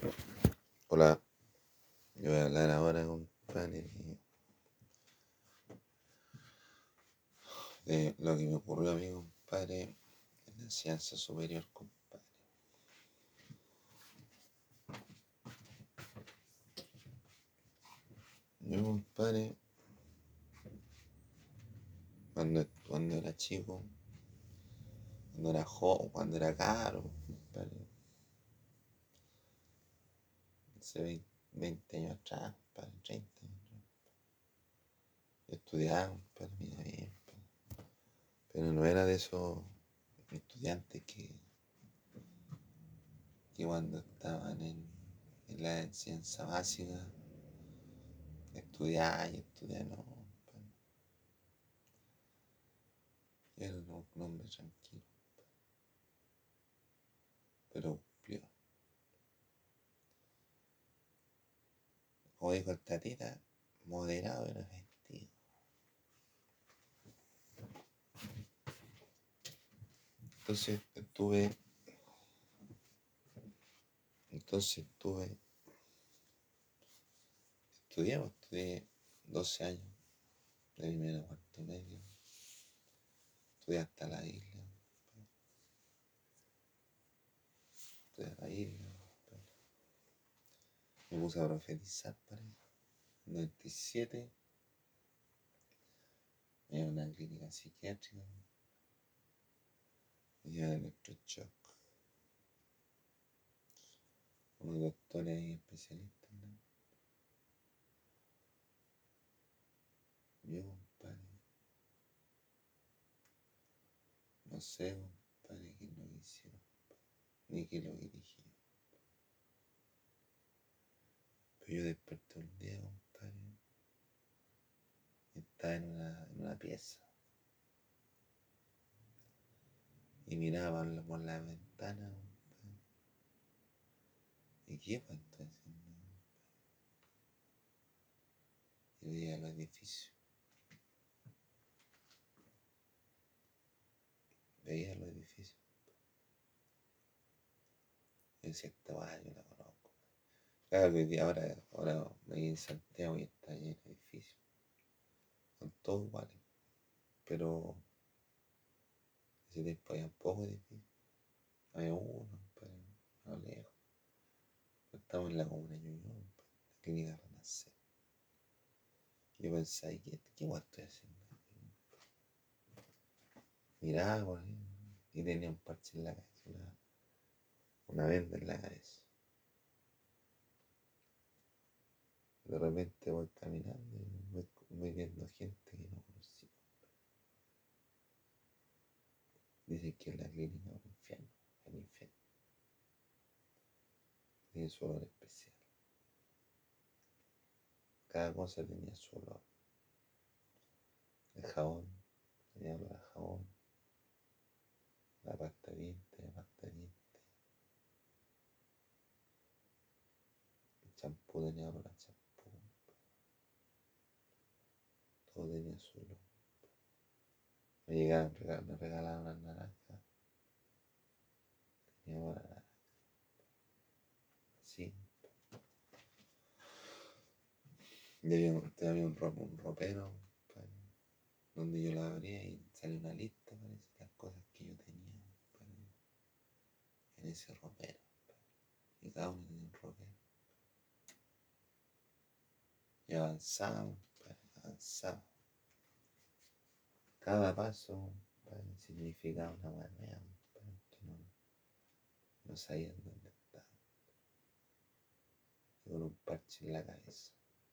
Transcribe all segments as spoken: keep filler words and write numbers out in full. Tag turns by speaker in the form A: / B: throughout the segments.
A: Hola, yo voy a hablar ahora, compadre, de lo que me ocurrió a mí, compadre, en la enseñanza superior, compadre. Yo, compadre, cuando, cuando era chico, cuando era joven, cuando era caro, compadre, hace veinte años atrás, compadre, treinta años atrás, yo estudiaba, compadre, me iba bien, compadre, pero no era de esos estudiantes que, que cuando estaban en, en la enseñanza básica, estudiar y estudiar, no, compadre. Yo era un un hombre tranquilo, pero cumplió. Como dijo el tatita, moderado pero efectivo. Entonces estuve, entonces estuve, estudié, pues, estudié doce años, de primero a cuarto medio, estudié hasta la isla, estudié a la isla, me puse a profetizar, parece. En noventa y siete, me iba a una clínica psiquiátrica, me iba a electroshock, unos doctores ahí especialistas, ¿no? Yo, compadre, no sé, compadre, quién lo hicieron, ni quién lo dirigió. Pero yo desperté un día, compadre, y estaba en una, en una pieza. Y miraba por la, por la ventana, compadre. ¿Y qué pues estoy haciendo? Y veía los edificios. Veía los edificios. Y decía, esta weá yo la conozco. Claro que hoy día ahora, ahora me voy en Santiago y está lleno de edificios. Son todos iguales. Pero ese tiempo había pocos edificios. Había uno, compadre, a lo lejos. Estamos en la comuna de Ñuñoa, compadre, la clínica Renacer. Yo pensaba, ¿qué, qué weá estoy haciendo? Miraba por ahí y tenía un parche en la cabeza, una, una venda en la cabeza. De repente voy caminando y voy, voy viendo gente que no conocía. Dicen que la clínica es un infierno, el infierno. Tiene su olor especial. Cada cosa tenía su olor. El jabón tenía olor a jabón. La pasta de dientes, la pasta de dientes. El champú tenía olor a champú. Todo tenía su olor. Me llegaban, me regalaban unas naranjas. Tenía olor a naranja. Sí. Y había, un- había un, ro- un ropero, compadre, donde yo la abría y salió una lista, parece, de las cosas que yo tenía, compadre, en ese ropero, compadre. Y cada uno tenía un ropero. Y avanzaba, compadre, avanzaba. Cada paso, compadre, significaba una hueá nueva, compadre, que no, no sabía dónde estaba. Y con un parche en la cabeza.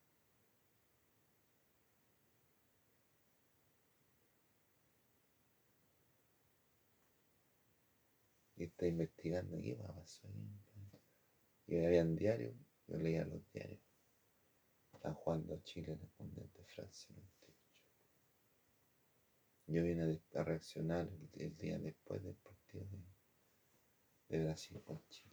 A: Y está investigando qué más pasó ahí, compadre. Y habían diarios, yo leía los diarios. Están jugando a Chile en el Mundial de Francia noventa y ocho. Yo vine a, a reaccionar el, el, día después del partido de, de Brasil con Chile.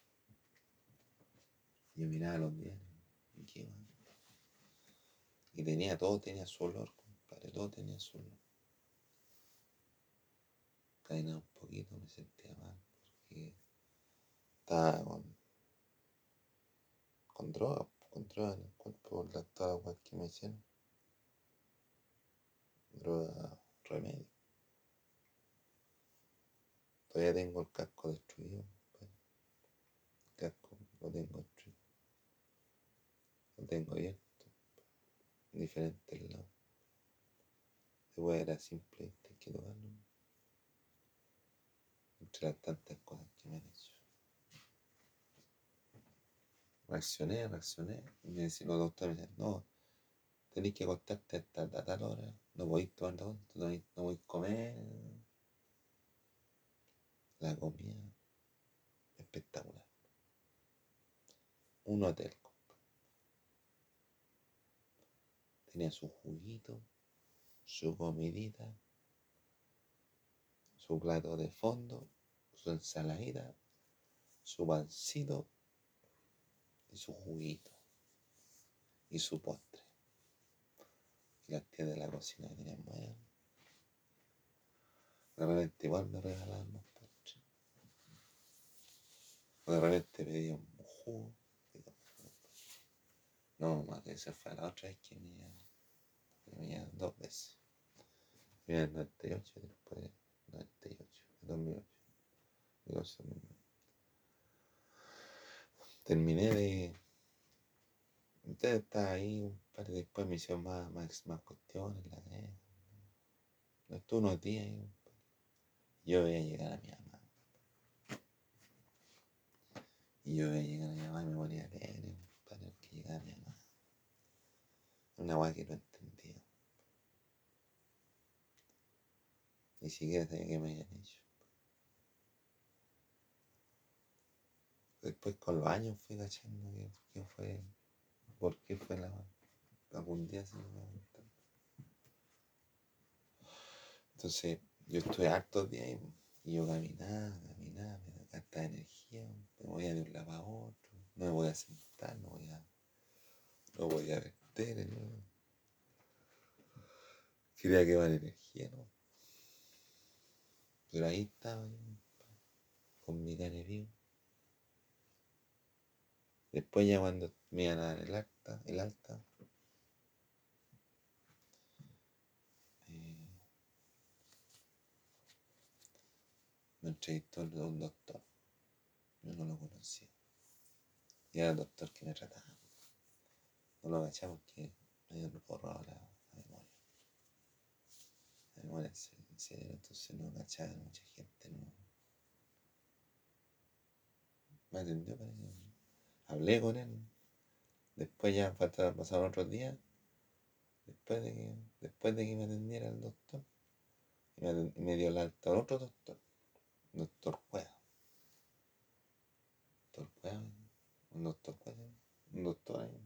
A: Yo miraba los diarios. ¿Y qué más? Y tenía, todo tenía su olor, compadre, todo tenía su olor. Caínaba un poquito, me sentía mal, porque estaba con, droga, con droga en el cuerpo por la toda la weá que me hicieron. Droga, remedio. Todavía tengo el casco destruido. El casco lo tengo destruido. Lo tengo abierto. En diferentes lados. Después era simple, hay que tocarlo. Entre las tantas cosas que me han hecho. Reaccioné, reaccioné. Y me decían, los doctores me decían, no, tenés que acostarte hasta a tal hora. No podéis tomar la once, no, no podéis comer. La comida, espectacular. Un hotel, compa. Tenía su juguito, su comidita, su plato de fondo, su ensaladita, su pancito y su juguito y su postre. Y las tías de la cocina que tenían buenas. De repente igual me regalaban más postres. O de repente pedía un jugo. No, más que esa fue la otra vez que venía, venía dos veces. Venía en noventa y ocho y después noventa y ocho, dos mil ocho. Digo, eso mismo. Terminé de. Entonces estaba ahí, un par de después me hicieron más, más, más cuestiones, la guerra. Estuve unos días ahí. Yo veía llegar a mi mamá. Y yo veía llegar a mi mamá y me ponía alegre para ver que llegara mi mamá. Una guay que no entendía. Ni siquiera sabía qué me habían hecho. Después con los años fui cachando que, que fue, por qué fue la algún día se me va a contar. Entonces yo estuve hartos días y, y yo caminaba, caminaba, me gastaba energía, me movía de un lado a otro, no me voy a sentar, no voy a, no voy a verter, ¿no? Quería quemar energía, ¿no? Pero ahí estaba yo, con mi cane vivo. Después ya cuando me iban a dar el alta, el alta, eh, me entrevistó un doctor. Yo no lo conocía. Y era el doctor que me trataba. No lo agachaba porque me dio borrado la, la memoria. La memoria en serio, entonces no agachaba mucha gente, no. Me atendió, parece. Hablé con él. Después ya pasaron otros días. Después de que, después de que me atendiera el doctor. Y me, me dio el alta al otro doctor. Doctor Cueva. Doctor Cueva. Un doctor Cueva. Un doctor ahí.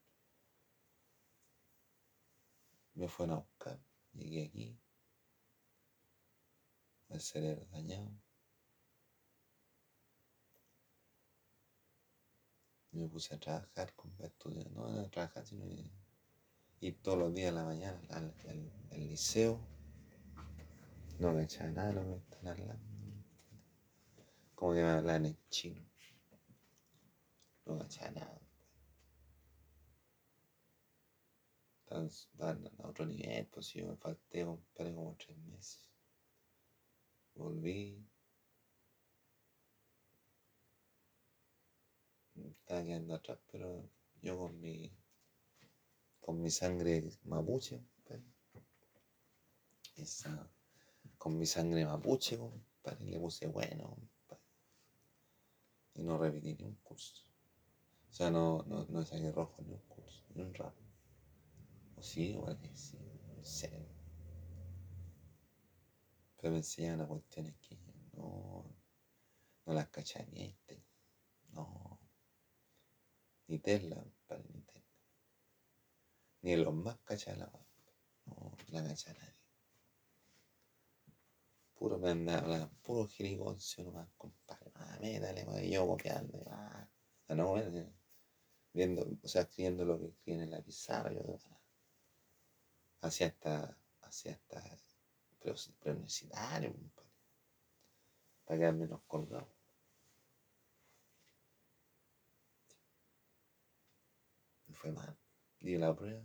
A: Me fueron a buscar. Llegué aquí. El cerebro dañado. Me puse a trabajar con estudiar, no a trabajar, sino ir todos los días a la mañana al, al, al liceo. No me echaba nada lo que me están hablando. Como que me hablan en chino. No me echaba nada. Estaban a otro nivel, pues yo me falté, compadre, como tres meses. Volví. Estaba quedando atrás, pero yo con mi con mi sangre mapuche, compadre. Esa, con mi sangre mapuche, compadre, le puse bueno, compadre. Y no repetí ni un curso. O sea, no, no, no saqué rojo ni un curso, ni un ramo. O sí, igual que sí, no sé. Pero me enseñaban a cuestiones que no, no las cachaba ni Einstein. No. Ni Tesla, compadre, ni Tesla. Ni los más cachaba la weá. No, la cacha nadie. Puro me andaba, puro girigoncio nomás, compadre. Ah, métale, weá, y yo copiando. Ah, no, bueno, viendo, o sea, escribiendo lo que escriben en la pizarra, yo hacía hasta, hacía hasta preuniversitario, compadre, para quedar menos colgado. fue mal. Di la prueba,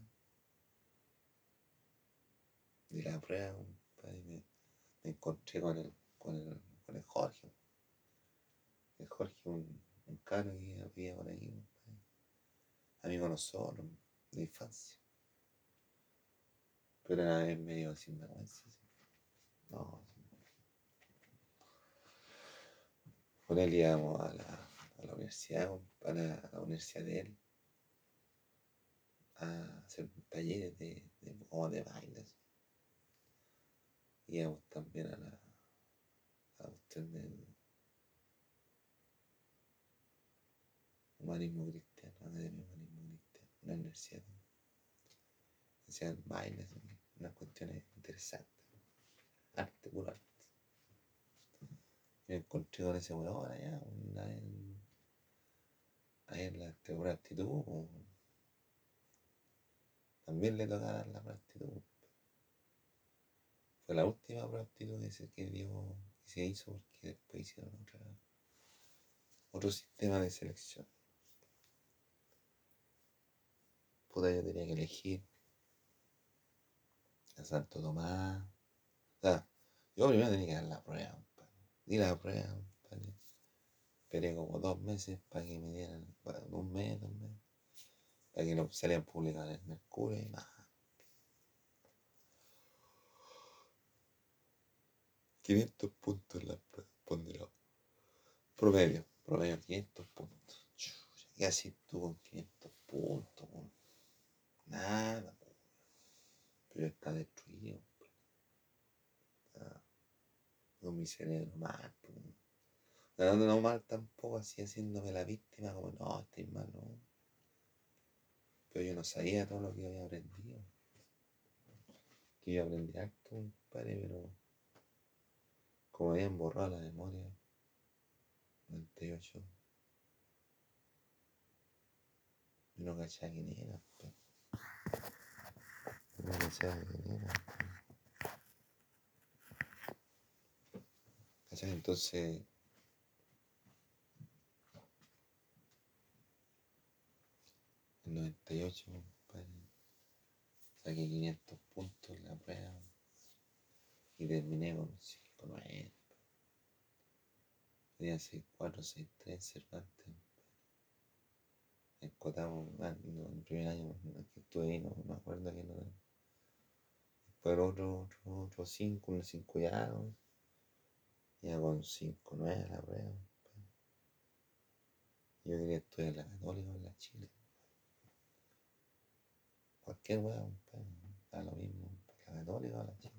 A: di la prueba, compadre, y me, me encontré con el, con el, con el Jorge. El Jorge, un, un caro que había por ahí, compadre. Amigo nosotros, de infancia. Pero era vez medio sinvergüenza, sí. No, con él íbamos a la, a la universidad, a la, a la universidad de él, a hacer talleres de, de, como de bailes. Íbamos también a la a cuestión del humanismo cristiano, a la academia de humanismo cristiano, en la universidad. Hacían bailes, unas cuestiones interesantes. Arte, puro arte. Me encontré con ese weón allá, una vez en, ahí en la pura aptitud, pues, también le tocaba dar la pura aptitud. Fue la última prueba de aptitud que se, que dio, que se hizo porque después hicieron otra, otro sistema de selección. Puta, yo tenía que elegir a Santo Tomás. O sea, yo primero tenía que dar la prueba, compadre. Di la prueba, compadre. Esperé como dos meses para que me dieran, bueno, un mes, dos meses, para que lo salieran publicar en el Mercurio y más. quinientos puntos en la prueba, ponderado. Promedio, promedio quinientos puntos. Chucha, ¿qué haces tú con quinientos puntos? Po? Nada, po. Pero está destruido. Ah, con mi cerebro mal. Po. No, no mal tampoco, así haciéndome la víctima, como no, estoy mal, no. Pero yo no sabía todo lo que había aprendido. Que yo aprendí harto, compadre, pero como habían borrado la memoria, noventa y ocho, yo no cachaba quién era, pues. Yo no cachaba quién era. ¿Cachai? Entonces, en noventa y ocho, compadre, saqué quinientos puntos en la prueba y terminé con cinco nueve. Tenía seis cuatro, seis tres Cervantes. Escotamos, ah, no, el primer año que estuve ahí, no me acuerdo quién era. Después otro, otro, otro cinco, un cinco ya, ¿no? Ya con cinco nueve la prueba. Yo quería estudiar en la Católica o en la Chile. Cualquier weá, compadre, da lo mismo. La Católica o la Chile.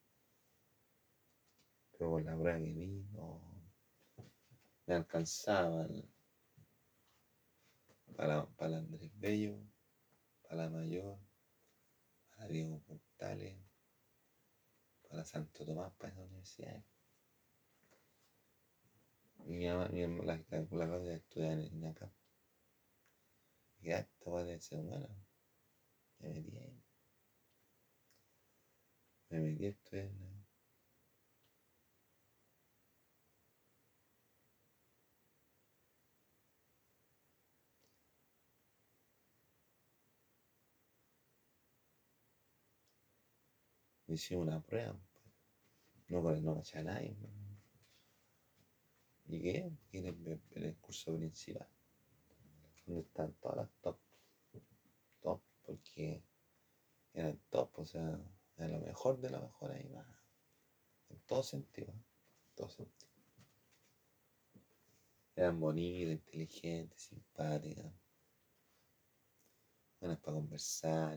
A: Pero con la prueba que vi, no me alcanzaba el- para, para Andrés Bello, para la Mayor, para Diego Portales, para Santo Tomás, para esa universidad. Y mi mamá, mi mamá, la, la, la, la de estudiar en, en acá. Y ya, esta weá debe ser buena. Me metí ahí. Me metí a estudiar en la- me hicimos una prueba. No, con- no cachaba a nadie. ¿No? Llegué en el, en el curso principal, donde están todas las top, top, porque eran top, o sea, era lo mejor de lo mejor ahí más, en todo sentido, ¿eh? En todo sentido. Eran bonitas, inteligentes, simpáticas, buenas para conversar,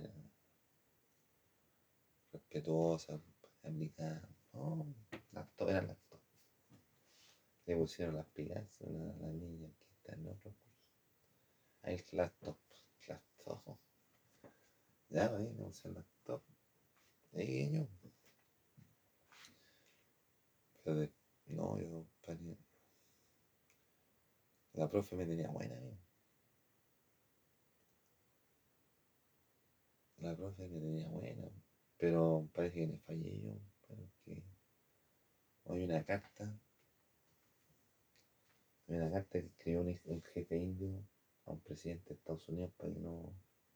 A: respetuosas, aplicadas. No, las top eran las top. Le pusieron las pilas a la, la niña que está en otro curso. Ahí las top, las top. Ya, ahí le pusieron las top. Ahí yo. Pero de, no, yo, compadre, la profe me tenía buena, amigo. La profe me tenía buena, pero parece que le fallé yo, porque hay una carta, hay una carta que escribió un, un jefe indio a un presidente de Estados Unidos para que no,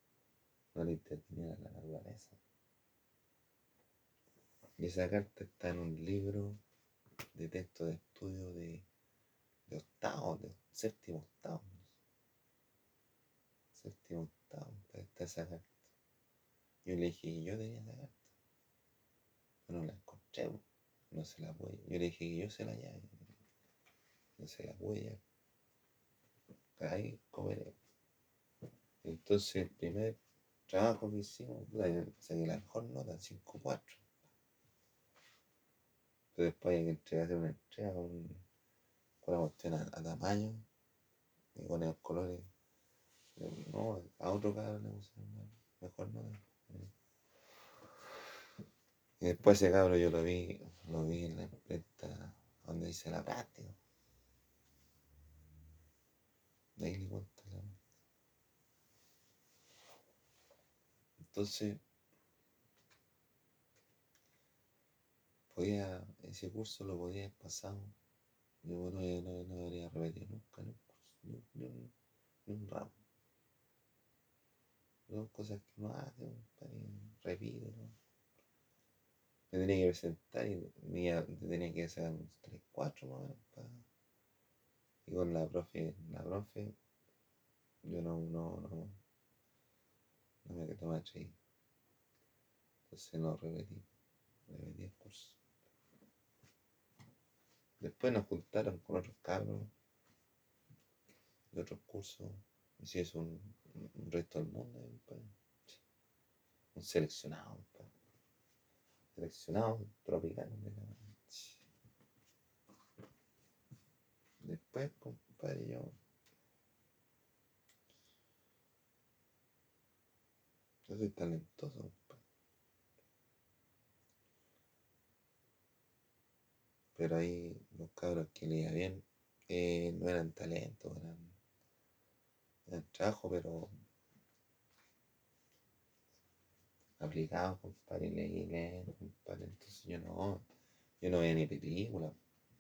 A: no le intervenía a la naturaleza. Y esa carta está en un libro de texto de estudio de, de octavo, de séptimo octavo. Séptimo octavo, está esa carta. Yo le dije que yo tenía esa carta. Pero no la encontré, no se la pude. Yo le dije que yo se la llave. No se la pude llevar. Ahí comeré. Entonces el primer trabajo que hicimos, saqué la mejor nota, cinco cuatro. Pero después hay que entregar una entrega con, con la cuestión a, a tamaño y con los colores. No, a otro cabrón le puse mejor nota. Y después ese cabro yo lo vi, lo vi en la imprenta donde hice la práctica. De ahí le cuento la. Entonces, podía, ese curso lo podía haber pasado. Yo no, no, no debería repetir nunca en un curso, ni, ni, un, ni un ramo. Son cosas que no hace, repite, ¿no? Me tenía que presentar y me tenía que hacer unos tres cuatro más o menos. Pa. Y con la profe, la profe, yo no, no, no, no me quedé más ahí. Entonces no repetí, repetí el curso. Después nos juntaron con otros cabros de otros cursos. Y si es un, un resto del mundo, pues, un seleccionado, pues, seleccionado tropical. Después, compadre, yo, yo soy talentoso, compadre. Pero ahí los cabros que le iba bien eh, no eran talentos, eran, eran trabajo, pero aplicados, compadre, y leí, leí, compadre. Entonces yo no, yo no veía ni película.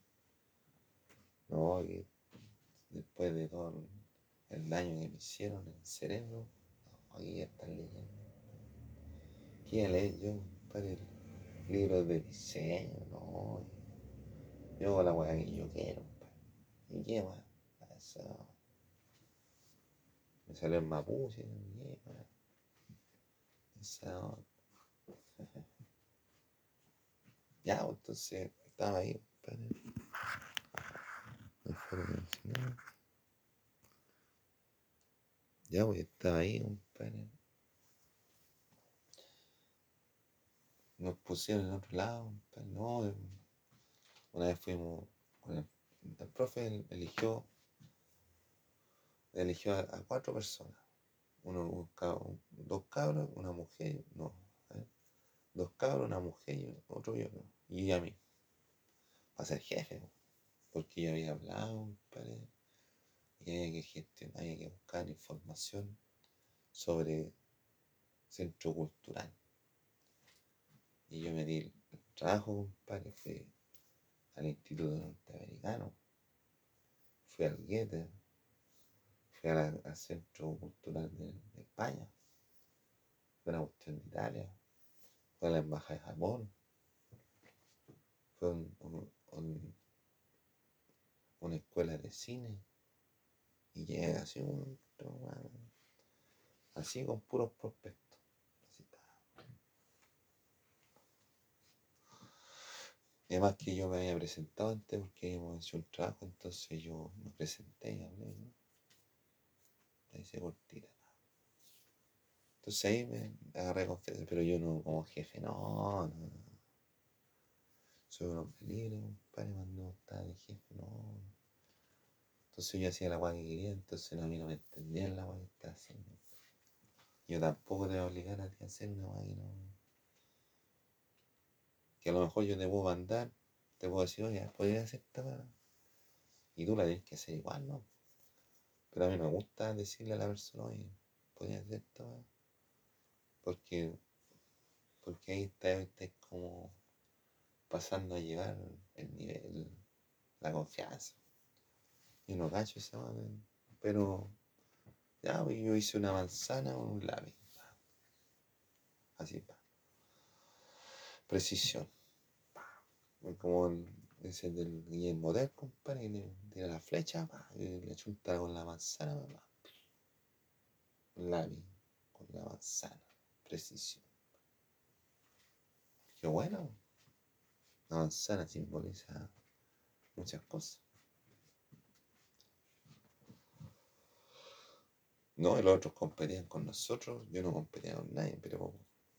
A: No, que después de todo el daño que me hicieron en el cerebro, no, aquí ya están leyendo. ¿Qué iba a leer yo, compadre? Libros de diseño, no. Yo hago la weá que yo quiero, compadre. ¿Y qué más? Eso. Me salió el mapuche, ¿qué más? Esa. Ya, pues, entonces estaba ahí, compadre. Me fueron a enseñar. Ya, pues estaba ahí, compadre. Nos pusieron en otro lado, compadre. No, una vez fuimos con el, el profe eligió, eligió a, a cuatro personas. Uno, un cabro, dos cabros, una mujer, no, ¿eh? Dos cabros, una mujer y otro yo, no. Y a mí, para ser jefe, porque yo había hablado, compadre, y había que gestionar, había que buscar información sobre centro cultural. Y yo me di el trabajo, compadre, fui al Instituto Norteamericano, fui al Goethe, fui al, al Centro Cultural de, de España, fui a la cuestión de Italia, fui a la Embajada de Japón, fue un, un, un, una escuela de cine, y llegué así, un, así con puros prospectos. Así, además que yo me había presentado antes porque habíamos hecho un trabajo, entonces yo me presenté y hablé, ¿no? Ahí se cortita. Entonces ahí me agarré confianza, pero yo no como jefe, no, no, no. Soy un hombre libre, compadre, cuando no estaba de jefe, no. Entonces yo hacía la guay que quería, entonces a mí no me entendían la guay que estaba haciendo. Yo tampoco te voy a obligar a ti a hacer una guay que no. Que a lo mejor yo te puedo mandar, te puedo decir, oye, podría hacer esta guay. Y tú la tienes que hacer igual, ¿no? Pero a mí me gusta decirle a la persona, oye, podría hacer esta guay. Porque, porque ahí está, está como pasando a llevar el nivel, la confianza. Yo no cacho esa guay, pero ya, pues, yo hice una manzana con un lápiz. así, pa. Precisión. Como el, ese del Guillermo Del, compadre, y le tira la flecha, pa, y le chunta con la manzana, pa, lápiz, con la manzana. Precisión. Qué bueno. La manzana simboliza muchas cosas. No, y los otros competían con nosotros, yo no competía con nadie, pero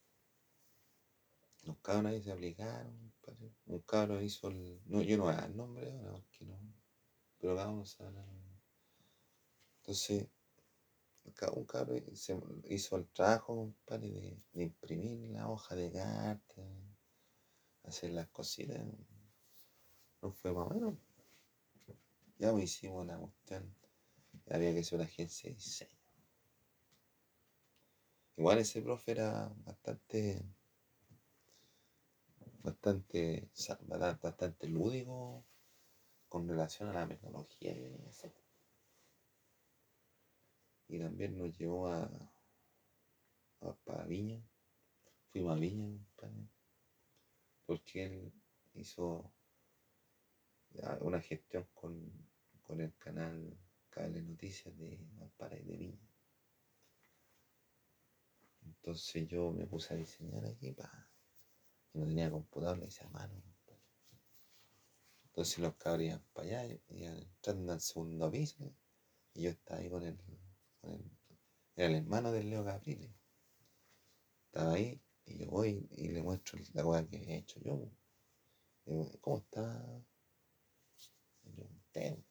A: los cabros ahí se aplicaron, compadre. Un cabro hizo el. No, yo no voy a dar nombre ahora, porque no. Pero cada uno sabe. Entonces, un cabro se hizo el trabajo, compadre, de, de imprimir la hoja de carta, hacer las cositas. No fue más o menos. Ya pues hicimos la cuestión. Había que hacer una agencia de diseño. Igual ese profe era bastante, bastante, bastante lúdico con relación a la metodología que venía a hacer. Y también nos llevó a, a para Viña. Fuimos a Viña, compadre, porque él hizo una gestión con, con el canal Cable Noticias de Valparaíso de Viña. Entonces yo me puse a diseñar aquí, pa, y no tenía computador, lo hice a mano. Entonces los cabros iban para allá, iban entrando al segundo piso, y yo estaba ahí con el, con el, era el hermano del Leo Caprile. Estaba ahí, y yo voy y le muestro la weá que he hecho yo. Y digo, ¿cómo está? Y yo, tengo.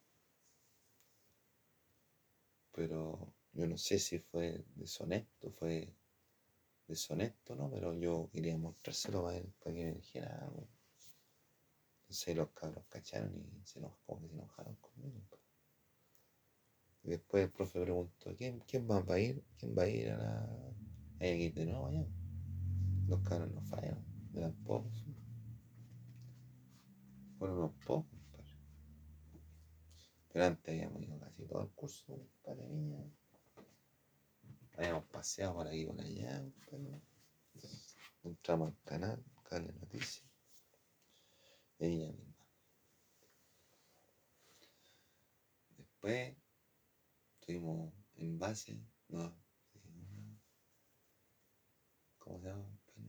A: Pero yo no sé si fue deshonesto, fue deshonesto, ¿no? Pero yo quería mostrárselo a él para que me dijera algo. Entonces los cabros cacharon y se enojaron, como que se enojaron conmigo. Y después el profe preguntó, ¿quién, quién va a ir? ¿Quién va a ir a la... Hay que ir de nuevo allá? Los cabros no fallaron, eran pocos. Fueron unos pocos, compadre. Pero antes habíamos ido casi todo el curso, compadre, Viña. Habíamos paseado por aquí y por allá, compadre. Entramos al canal, Cable Noticias. Y Viña misma. Después estuvimos en base, no, ¿cómo se llama?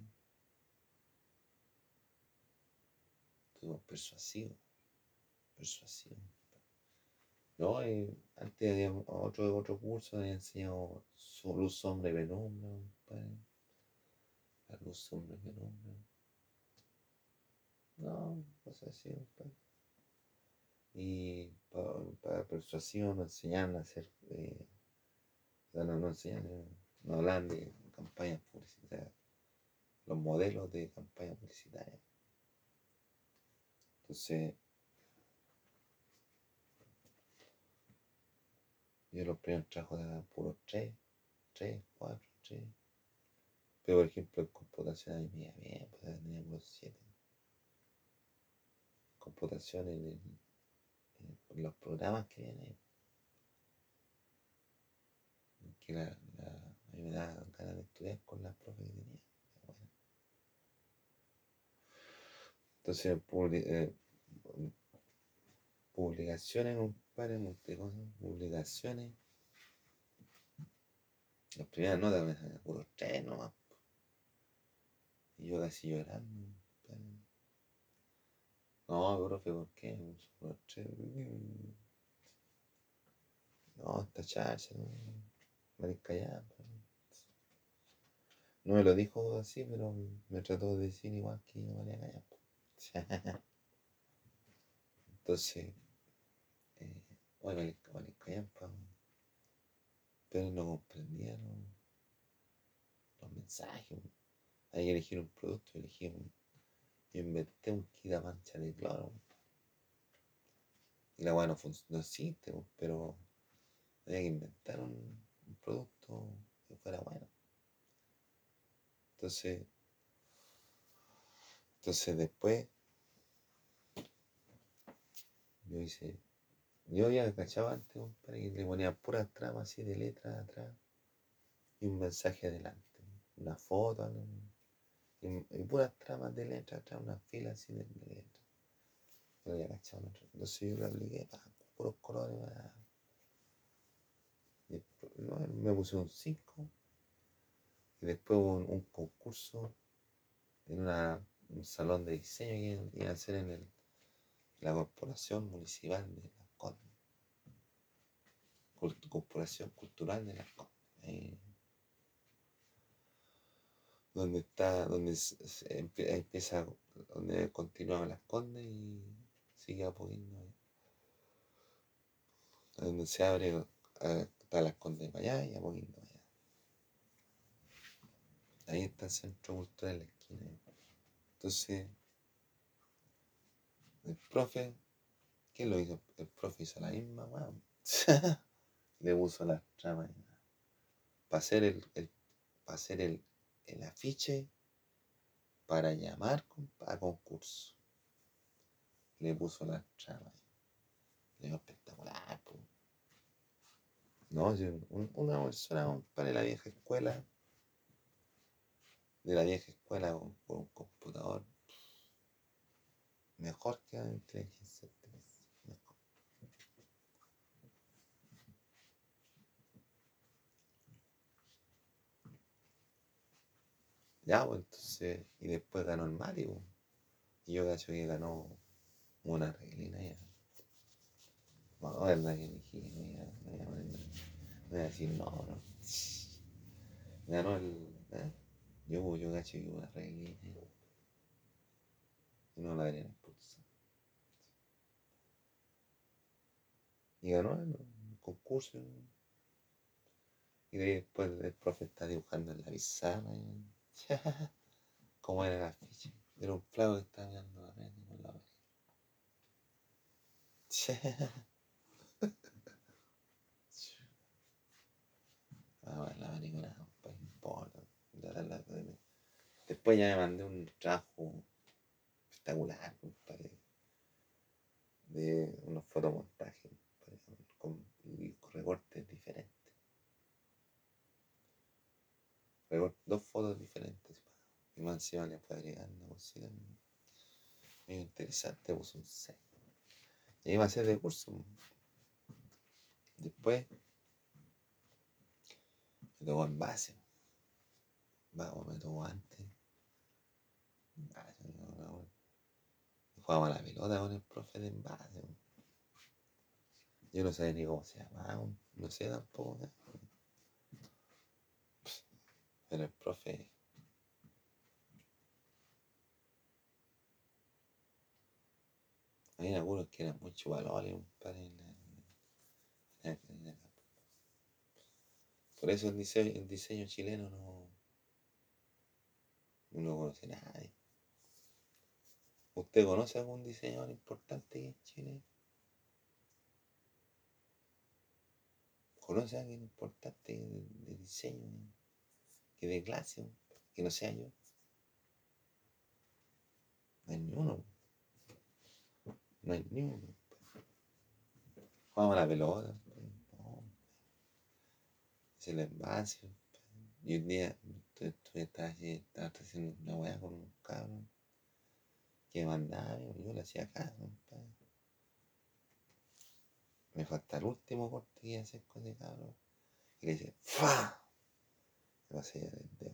A: Estuvimos persuasivos, persuasivos. No, y antes había otro, otro curso, había enseñado su luz, sombra y penumbra, compadre. La luz, sombra y penumbra. No, cosas así, compadre. Y para, para persuasión nos enseñaron a hacer, eh, no, no enseñaron, no hablan de campañas publicitarias, los modelos de campaña publicitaria. Entonces, yo los primeros trabajos eran puros tres, tres, cuatro, tres. Pero por ejemplo, en computación a mí me iba bien, pues tenía puros siete. Computación en, el, en los programas que vienen. Que la, la, a mí me da ganas de estudiar con las profes que tenía. Bueno. Entonces, publi, eh, publicaciones, compadre, multicosas, publicaciones. Las primeras notas me salían puros tres nomás. Y yo casi llorando, compadre. No, profe, ¿por qué? Puros tres. No, esta chacha, no. Marica ya. No me lo dijo así, pero me trató de decir igual que yo valía callar. Entonces, eh, oye, Marica, Marica callampa. Pero no comprendía los, los mensajes. Hay que elegir un producto, elegí un. Yo inventé un quita mancha de cloro. Y la weá no, no existe, pero había que inventar un, un producto que fuera bueno. Entonces, entonces después yo hice, yo había cachado antes, compadre, que le ponía puras tramas así de letras atrás y un mensaje adelante. una foto, ¿no? Y, y puras tramas de letras, atrás, una fila así de, de letras. No había cachado, ¿no? Entonces yo lo apliqué, pa, puros colores, pa. Y después, no, me puse un cinco. Y después hubo un, un concurso en una, un salón de diseño que iba a hacer en el, la corporación municipal de Las Condes. Corporación cultural de Las Condes. Ahí, donde está, donde se, se empieza, donde continúa Las Condes y sigue a poquito, donde se abre, está Las Condes para allá y a poquito para allá. Ahí está el centro cultural en la esquina. Entonces, el profe, ¿qué lo hizo? El profe hizo la misma, weón. Le puso las tramas para hacer el, el, para hacer el, el afiche para llamar a concurso. Le puso las tramas. Le dio espectacular, pues. No, si un, una persona para de la vieja escuela, de la vieja escuela con, con un computador, mejor que la inteligencia artificial. Mejor. Ya, pues entonces, y después ganó el Mario. Y yo cacho que ganó una reglina ya. No, es verdad que dije, no voy a, no voy a, poner- no voy a decir no, no. Ganó el. ¿Eh? Yo, yo cacho que una reglina. Y no la deberían expulsar. Y ganó el, el concurso. Y después el profe está dibujando en la pizarra. Y... ¿Cómo era la ficha? Era un flaco que estaba mirando la red con la ah, bueno, la maricona, pues no importa. Después ya me mandé un trabajo espectacular, compadre, de unos fotomontajes, compadre, con, y con recortes diferentes. Recort, dos fotos diferentes. Y más encima le fue agregando cositas medio interesante, puso un seis. Y iba a ser de curso. Después me tocó en base. Vamos, me tocó antes. Jugamos a la pelota con el profe de envase. Yo no sabía ni cómo se llamaba, no sé tampoco. ¿Eh? Pero el profe. Hay algunos que eran muy chuvalones, un par en la, en la, en la, por eso el diseño, el diseño chileno no, no conoce a nadie. ¿Usted conoce algún diseñador importante en Chile? ¿Conoce a alguien importante de, de diseño, que de clase, que no sea yo? No hay ni uno. No hay ni uno. Jugamos a la pelota. No, es el envase. Y un día tú, tú estás, estás haciendo una weá con un cabrón que mandaba, yo le hacía caso, compadre. Me falta el último corte que iba a hacer con ese cabrón. Y le dice, ¡fa! Me pasé ya el dedo.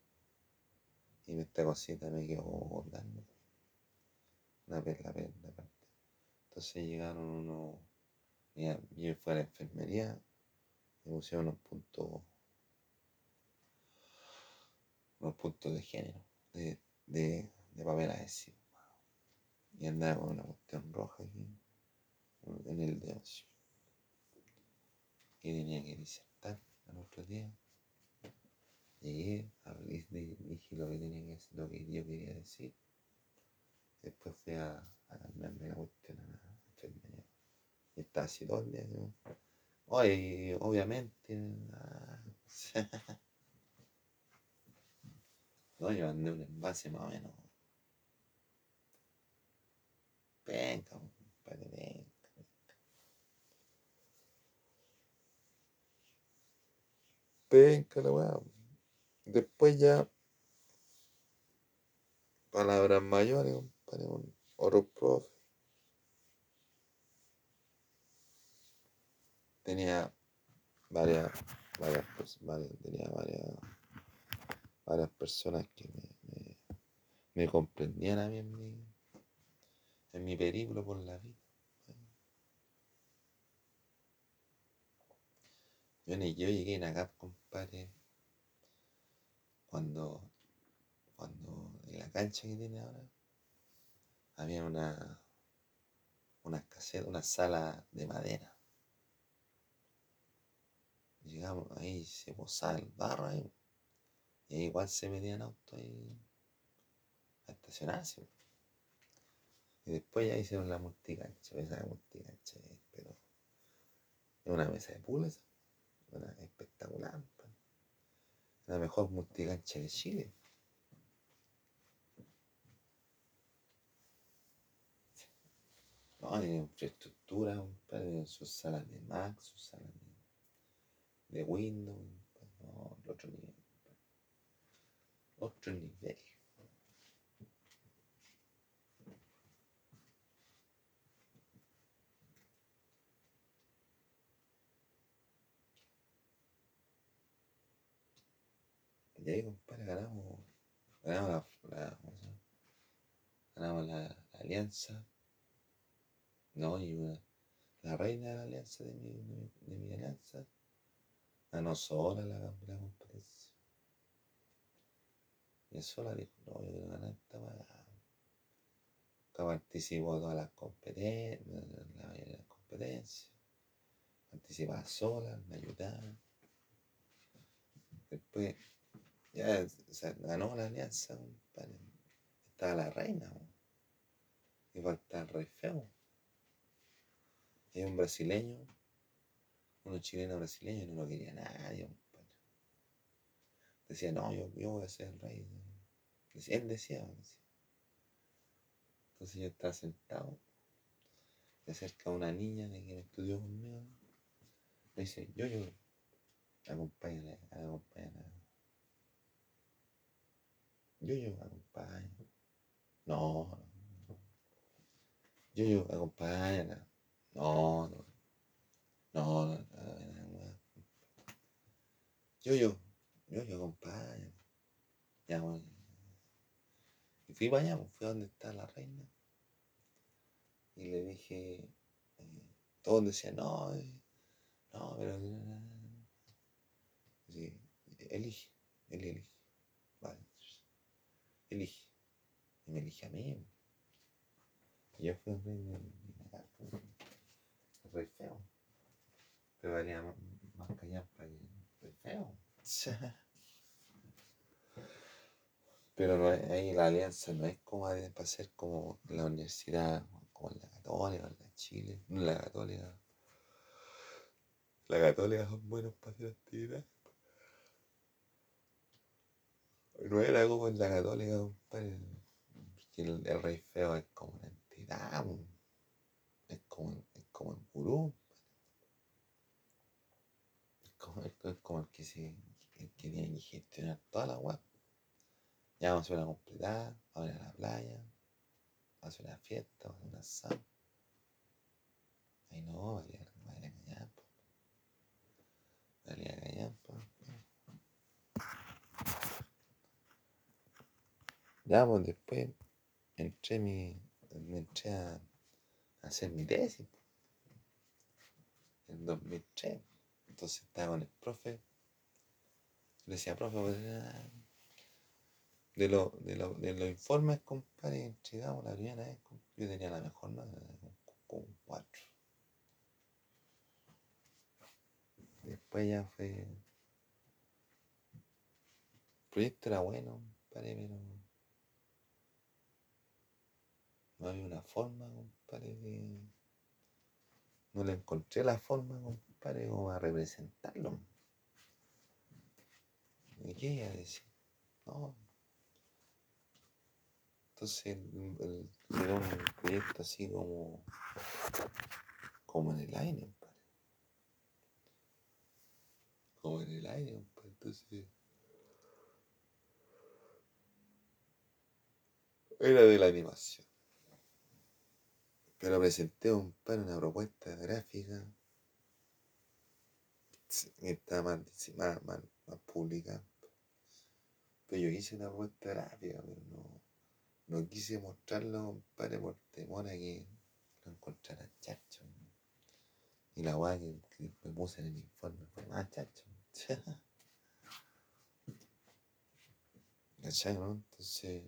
A: Y esta cosita me quedó colgando. Una perla, perla, aparte. Entonces llegaron unos. Mira, yo fui a la enfermería, me pusieron unos puntos. Unos puntos de género, de, de, de papel adhesivo. Y andaba con una cuestión roja aquí, en el dedo. Y tenía que disertar al otro día. Llegué, hablé, dije lo que tenía que decir, lo que yo quería decir. Después fui a, a cambiarme la cuestión a la enfermería. Y estaba así todo el día. ¿No? Oye, obviamente. Ah, no, yo mandé un envase más o menos. Penca, compadre, penca. Penca la weá. Después ya, palabras mayores, compadre, con otros profes. Tenía varias, varias, pers- varias- tenía varias, varias personas que me, me, me comprendían a mí en mi, en mi periplo por la vida. Yo, ni- yo llegué en acá, compadre, cuando, cuando en la cancha que tiene ahora, había una, una caseta, una sala de madera. Llegamos ahí, se posaba el barro ahí, y ahí igual se metían autos ahí a estacionarse. Y después ya hicieron la multicancha, esa multicancha, eh, pero es una mesa de pool esa, una espectacular, pues. La mejor multicancha de Chile. No, tiene infraestructura, compadre, tiene sus salas de Mac, sus salas de, de Windows, compadre. No, otro nivel, compadre. Otro nivel. Y ahí, compadre, ganamos, ganamos la, la, ¿cómo se llama? Ganamos la, la alianza. No, y una, la reina de la alianza de mi, de mi, de mi alianza ganó sola la, la competencia. Y sola dijo, no, yo quiero ganar esta weá. Que participó en todas las competencias, la mayoría de las competencias. Participaba sola, me ayudaba. Después, ya, o sea, ganó la alianza, compadre. Estaba la reina, weón. Y faltaba el rey feo. Y un brasileño, unos chilenos brasileños, y no lo quería nadie, compadre. Decía, no, yo, yo voy a ser el rey. Decía, él decía, decía. Entonces yo estaba sentado, se acerca una niña de quien estudió conmigo, me dice, yo, yo, acompáñala, acompáñala. Yo, yo, acompáñala. No, no. Yo, yo, acompáñala. No, no, no, no, no, no. Yo, yo, yo, yo, acompáñala. Ya, bueno. Y fui para allá, pues, fui a donde está la reina. Y le dije, eh, todos decían, no, eh, no, pero... Sí, elige, él elige. Vale, elige. Y me elige a mí. Y yo fui el rey de Dinamarca, el rey feo. Pero valía más, más callampa que el rey feo. Pero no es, ahí la alianza no es como de- para ser como la universidad, como la católica, la Chile, no la católica. La católica son buenos para hacer actividad. No era como en la católica, compadre. Que el, el rey feo es como una entidad, po. Es como, es como el gurú. Es como, es como el que se, el que tiene que gestionar toda la web. Ya vamos a hacer una completada, vamos a ir a la playa, vamos a hacer una fiesta, vamos a hacer una asado. Ay no, valía, valía callampa, valía callampa. Ya, pues después entré, mi, me entré a, a hacer mi tesis en dos mil tres. Entonces estaba con el profe. Le decía, profe, pues, ah, de, lo, de, lo, de los informes, compadre, entregamos la primera vez. Yo tenía la mejor nota, con un cuatro. Después ya fue. El proyecto era bueno, compadre, pero no había una forma, compadre, de. No le encontré la forma, compadre, como a representarlo. ¿Y qué iba a decir? No. Entonces el, el, era un proyecto así como, como en el aire, compadre. Como en el aire, compadre. Entonces Era de la animación. Pero presenté un par una propuesta gráfica que está más, más, más, más pública. Pero yo hice una propuesta gráfica, pero no, no quise mostrarlo, compadre, por temor a que lo encontraran chacho. Y la weá que, que me puse en el informe fue más chacho. ¿Cachai, no? Entonces,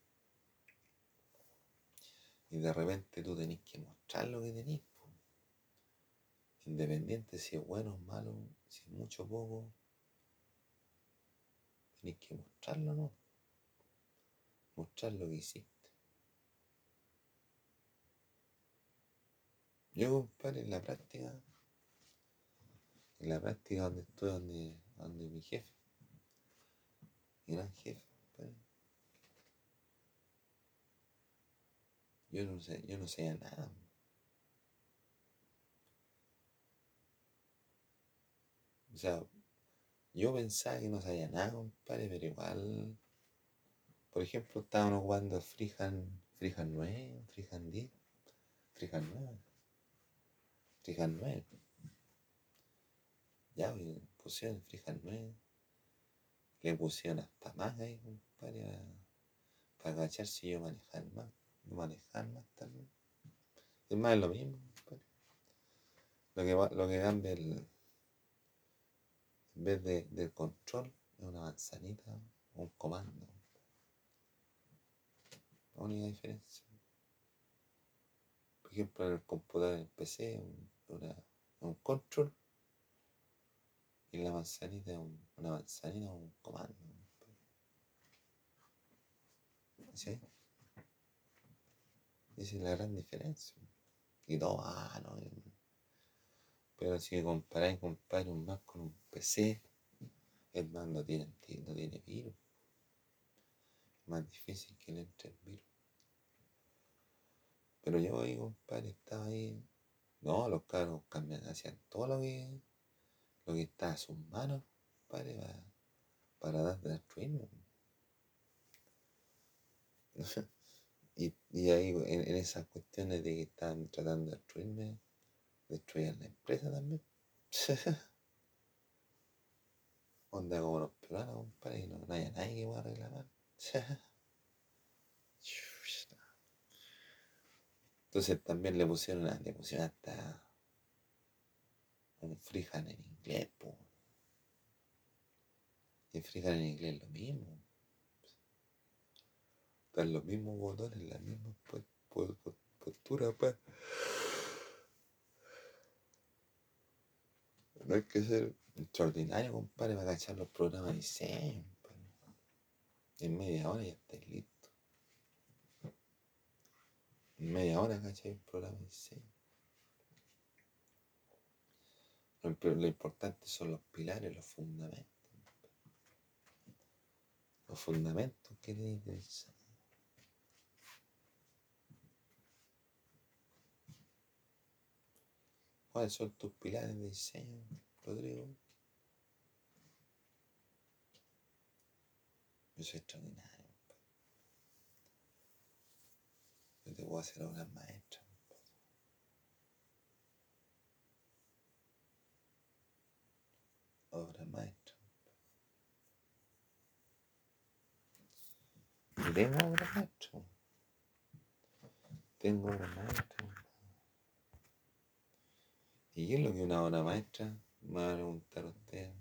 A: y de repente tú tenés que mostrar lo que tenés, po. Independiente si es bueno o malo, si es mucho o poco, tenés que mostrarlo, ¿no? Mostrar lo que hiciste. Yo, compadre, en la práctica, en la práctica donde estoy, donde, donde mi jefe, mi gran jefe, compadre, yo no sé, yo no sabía nada. O sea, yo pensaba que no sabía nada, compadre, pero igual, por ejemplo, estábamos jugando Freehand, Freehand nueve, Freehand diez, Freehand nueve, Freehand nueve. Ya, pues, pusieron Freehand nueve, le pusieron hasta más ahí, compadre, para cachar si yo manejaba más, no manejaba más también. Es más, es lo mismo, compadre. Lo que, va, lo que cambia el, en vez de, del control, es una manzanita o un comando. La única diferencia. Por ejemplo, en el computador, en el P C, un, una, un control y la manzanita es un, una manzanita o un comando. ¿Sí? Esa es la gran diferencia. Y todo, ah, no. Pero si comparáis, comparáis un Mac con un P C, el Mac no tiene, no tiene virus. Es más difícil que le entre el virus. Pero yo ahí, compadre, estaba ahí. No, los cabros cambian, hacían todo lo que, lo que está a sus manos, compadre, para, para dar de destruirme. y, y ahí en, en esas cuestiones de que estaban tratando de destruirme, destruían la empresa también. Onda como los peruanos, compadre, y no, no haya nadie que pueda reclamar. Entonces también le pusieron, le pusieron hasta un freehand en inglés, po. Y el freehand en inglés es lo mismo. Están los mismos botones, las mismas posturas, pues. No hay que ser extraordinario, compadre, para cachar los programas de diseño. En media hora ya estáis listo. En media hora cachai el programa de diseño. Pero lo importante son los pilares, los fundamentos. Los fundamentos que tenéis de diseño. ¿Cuáles son tus pilares de diseño, Rodrigo? Yo soy extraordinario. Yo te puedo hacer obras maestras. Obras maestras. Y tengo obras maestras. Tengo obras maestras. ¿Y qué es lo que es una obra maestra? Me va a preguntar usted.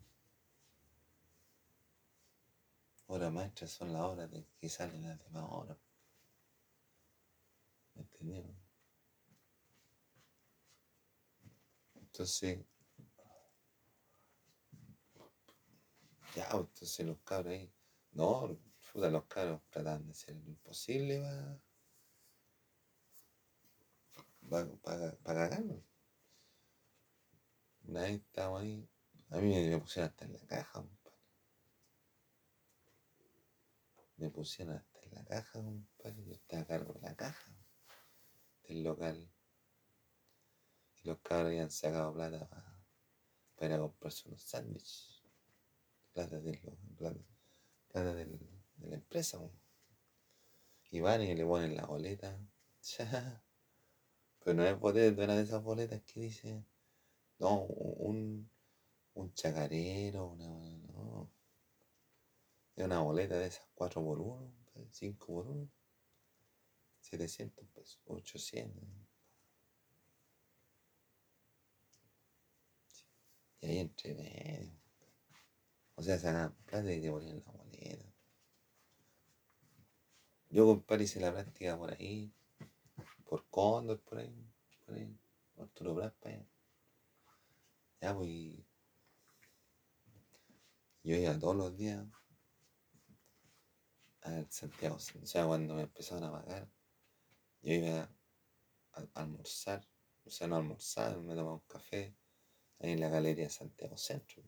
A: Obras maestras son las obras de que salen las demás obras. ¿Me entendieron? Entonces, ya, entonces los cabros ahí. No, puta, los cabros tratan de hacer lo imposible para pa, pa cagarnos. Una vez estábamos ahí. A mí me pusieron hasta en la caja, compadre. Me pusieron hasta en la caja, compadre. Yo estaba a cargo de la caja del local. Y los cabros habían sacado plata para, para ir a comprarse unos sándwiches. Plata, de, plata, plata del, de la empresa. Y van y le ponen la boleta. Cha. Pero no es boleta, no era de esas boletas que dice, no, un, un chacarero, una, no. Es una boleta de esas cuatro por uno, cinco por uno, setecientos pesos, ochocientos. Y ahí entre medio. O sea, sacaban plata y te ponían la boleta. Yo, compadre, hice la práctica por ahí, por Cóndor, por ahí, por ahí, por Arturo Prat, para allá. Ya, pues, yo iba todos los días a Santiago. O sea, cuando me empezaron a pagar, yo iba a, a almorzar, o sea, no almorzar, me tomaba un café ahí en la Galería Santiago Centro.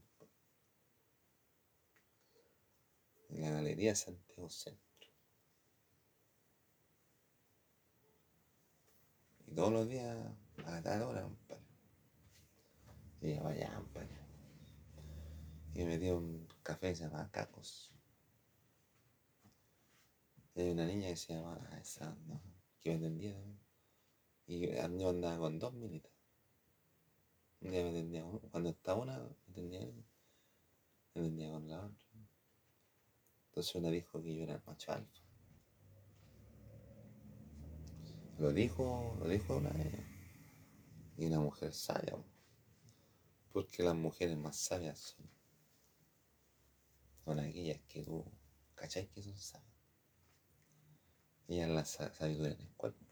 A: En la Galería Santiago Centro. Y todos los días a tal hora, compadre. Y iba para allá, compadre. Y me metía un café que se llamaba Cacos. Y hay una niña que se llamaba esa, ¿no? Que me atendía también. Y yo andaba con dos militas. Un día me atendía uno. Cuando estaba una, me atendía él. Me atendía con la otra. Entonces una dijo que yo era el macho alfa. Lo dijo, lo dijo una vez. Y una mujer sabia. Porque las mujeres más sabias son, son aquellas que tú, ¿cachai? Que son sabias. Ellas la sabiduría en el cuerpo.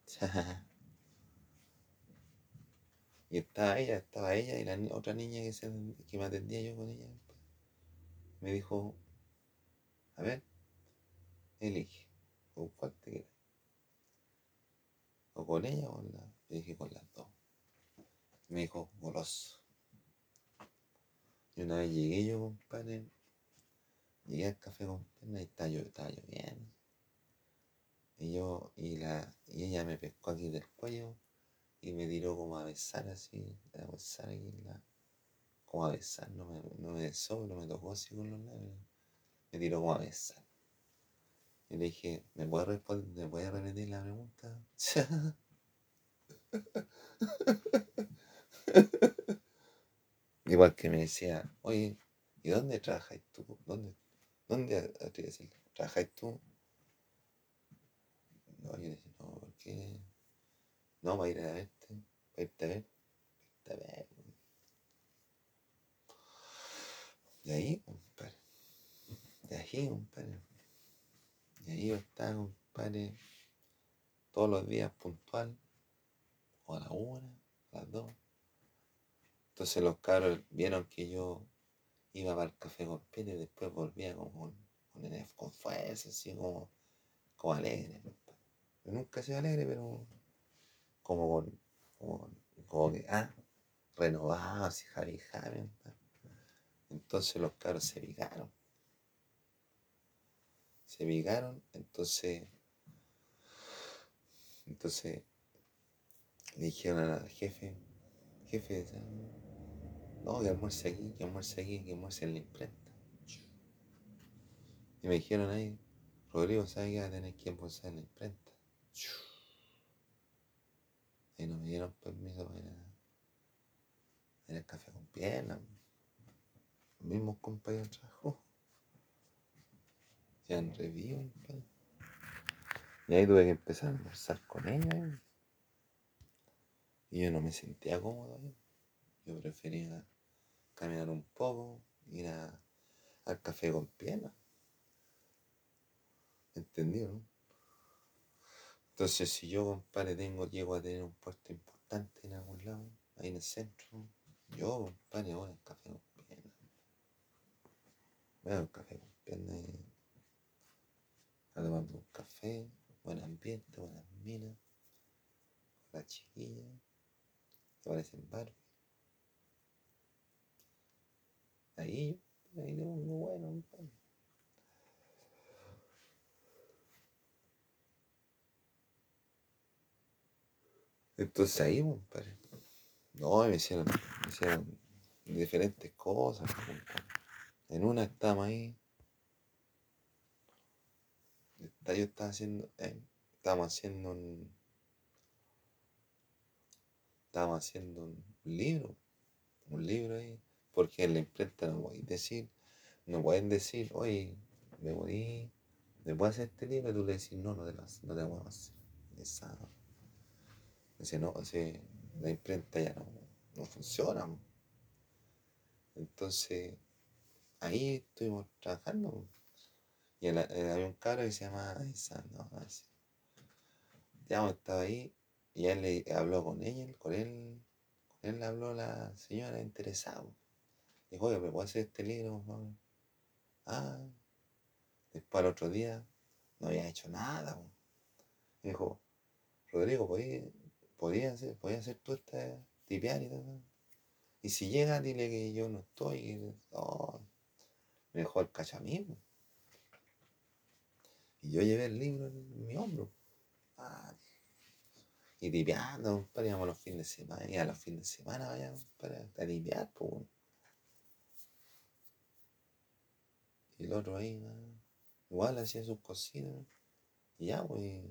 A: Y estaba ella, estaba ella y la otra niña que, se, que me atendía yo con ella. Me dijo, a ver, elige, ¿con cuál te quieres? ¿O con ella o con la? Yo dije, con las dos. Me dijo, goloso. Y una vez llegué yo, compadre, llegué al café con pierna y estaba, yo, estaba lloviendo. Y yo, y, la, y ella me pescó aquí del cuello y me tiró como a besar así, a besar aquí, la, como a besar, no me, no me besó, no me tocó así con los labios, me tiró como a besar. Y le dije, ¿me puedes responder, me puedes repetir la pregunta? Igual que me decía, oye, ¿y dónde trabajas tú? ¿Dónde, dónde te decir, trabajas tú? No, yo decía, no, ¿por qué? No, para ir a verte, para irte a ver, para irte a ver. Y ahí, compadre, de ahí, compadre. Y ahí yo estaba, compadre, todos los días puntual, o a la una, a las dos. Entonces los cabros vieron que yo iba para el café con Pete y después volvía como con, con, con fuerza, así como, como alegre. Compadre. Yo nunca he sido alegre, pero como con, como, como que, ah, renovado, así, Javi Javi. Entonces los cabros se picaron. Se picaron, entonces, entonces le dijeron al jefe, jefe, no, que almuerce aquí, que almuerce aquí, que almuerce en la imprenta. Y me dijeron ahí, Rodrigo, ¿sabes que va a tener que almorzar en la imprenta? Y no me dieron permiso para ir a, el café con piernas. Los mismos compañeros de trabajo. Se han revivido. Y ahí tuve que empezar a almorzar con ellos. Y yo no me sentía cómodo ahí. Yo prefería caminar un poco, ir a, al café con piernas. ¿Entendido, no? Entonces, si yo, compadre, tengo, llego a tener un puesto importante en algún lado, ahí en el centro, yo, compadre, voy al café con piernas. Voy al café con piernas y a tomando un café, buen ambiente, buenas minas, la chiquilla, que parecen Barbie. Ahí, ahí te pongo bueno, compadre. Entonces ahí, compadre. No, me hicieron, me hicieron diferentes cosas, compadre. En una estábamos ahí, yo estaba haciendo, eh, estábamos haciendo un, estábamos haciendo un libro, un libro ahí, porque en la imprenta no podéis decir, no pueden decir, oye, me voy, me puedo hacer este libro, y tú le decís, no, no te lo, no te lo puedo hacer. Esa, ese no, ese, la imprenta ya no, no funciona. Entonces, ahí estuvimos trabajando. Y el, el, había un cabro que se llama esa, no, no, ese. Ya estaba ahí y él le habló con ella, con él, con él le habló la señora interesada. Dijo, oye, ¿me puedo hacer este libro? Mami? Ah, después al otro día no había hecho nada. Po. Dijo, Rodrigo, ¿podías podía hacer, podía hacer tú esta tipear y todo? Y si llega, dile que yo no estoy. Y, oh, me dejó el cachamismo. Y yo llevé el libro en mi hombro. Ah, y tipeando, compadre, íbamos los fines de semana. Y a los fines de semana vaya, para a tipear, pues. Y el otro ahí, ah, igual hacía sus cocinas. Y ya, pues,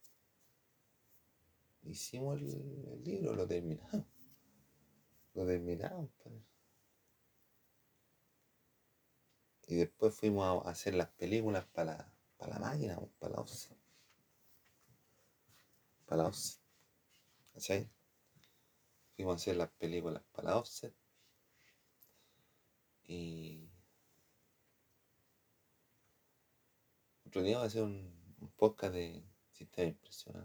A: hicimos el, el libro, lo terminamos. Lo terminamos, pues. Y después fuimos a hacer las películas para la, para la máquina, pues, para la offset. Para la offset. ¿Cachai? Fuimos a hacer las películas para la offset. Y otro día voy a hacer un, un podcast de sistema de impresión.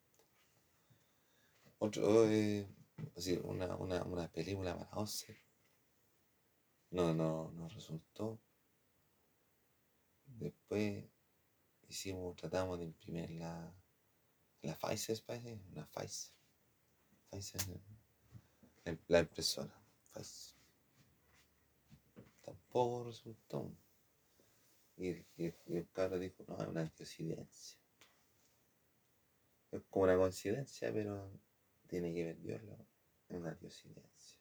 A: Otro, eh, así, una, una, una película para offset. No, no, no resultó. Después hicimos, tratamos de imprimir la, la Pfizer, parece, una Pfizer. Pfizer, la impresora. Pfizer. Tampoco resultó. Y, y, y el cabro dijo, no, es una coincidencia. Es como una coincidencia, pero tiene que ver Dios, es una coincidencia.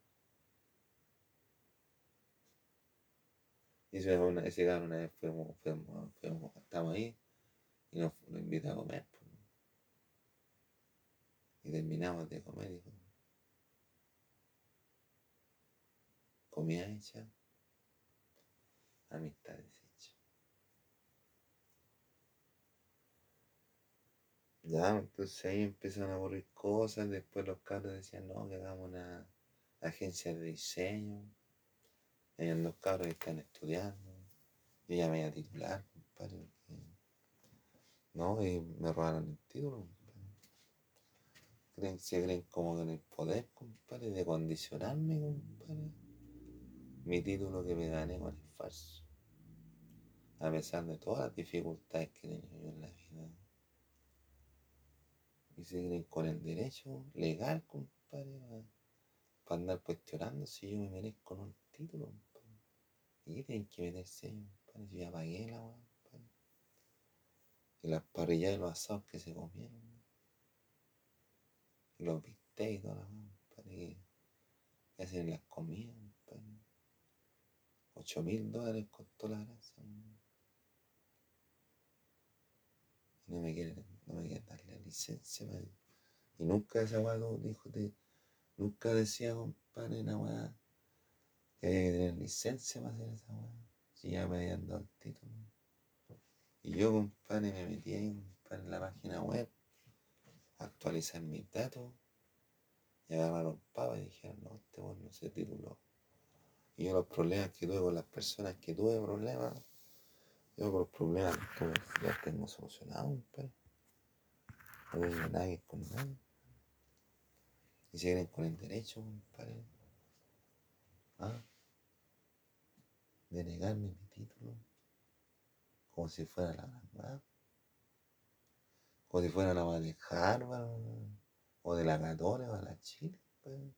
A: Y eso una, ese cabrón una vez fuimos, fuimos, fuimos, estamos ahí y nos, nos invita a comer. Pues. Y terminamos de comer y dijo, comida hecha, amistad deshecha. Ya, entonces ahí empezaron a ocurrir cosas, después los cabros decían, no, que hagamos una agencia de diseño. Hay dos cabros que están estudiando. Yo ya me iba a titular, compadre. No, y me robaron el título, compadre. Creen, se creen como con el poder, compadre, de condicionarme, compadre. Mi título que me gané con el falso. A pesar de todas las dificultades que he tenido yo en la vida. Y se creen con el derecho legal, compadre, para andar cuestionando si yo me merezco un título, compadre. ¿Y qué tienen que meterse ahí, compadre? Si ya pagué la weá, compadre. Y las parrillas y los asados que se comieron. Y los bistecs y toda la weá, compadre. Que hacen las comidas, compadre. Ocho mil dólares costó la grasa. Y no me quieren, no me quieren dar la licencia, man. Y nunca esa weá lo dijo de. Nunca decía, compadre, la weá. Que había que tener licencia para hacer esa weá. Si ya me habían dado el título. Y yo, compadre, me metí ahí, compadre, en la página web, actualizar mis datos, y agarraron pava y dijeron, no, este weón no se tituló. Y yo los problemas que tuve con las personas que tuve problemas, yo con los problemas que los tengo solucionados, compadre. No tengo nada que con nadie. Y se creen con el derecho, compadre, ¿ah? De negarme mi título, como si fuera la gran weá. Como si fuera la más de Harvard, o de la Católica, o de la Chile, compadre.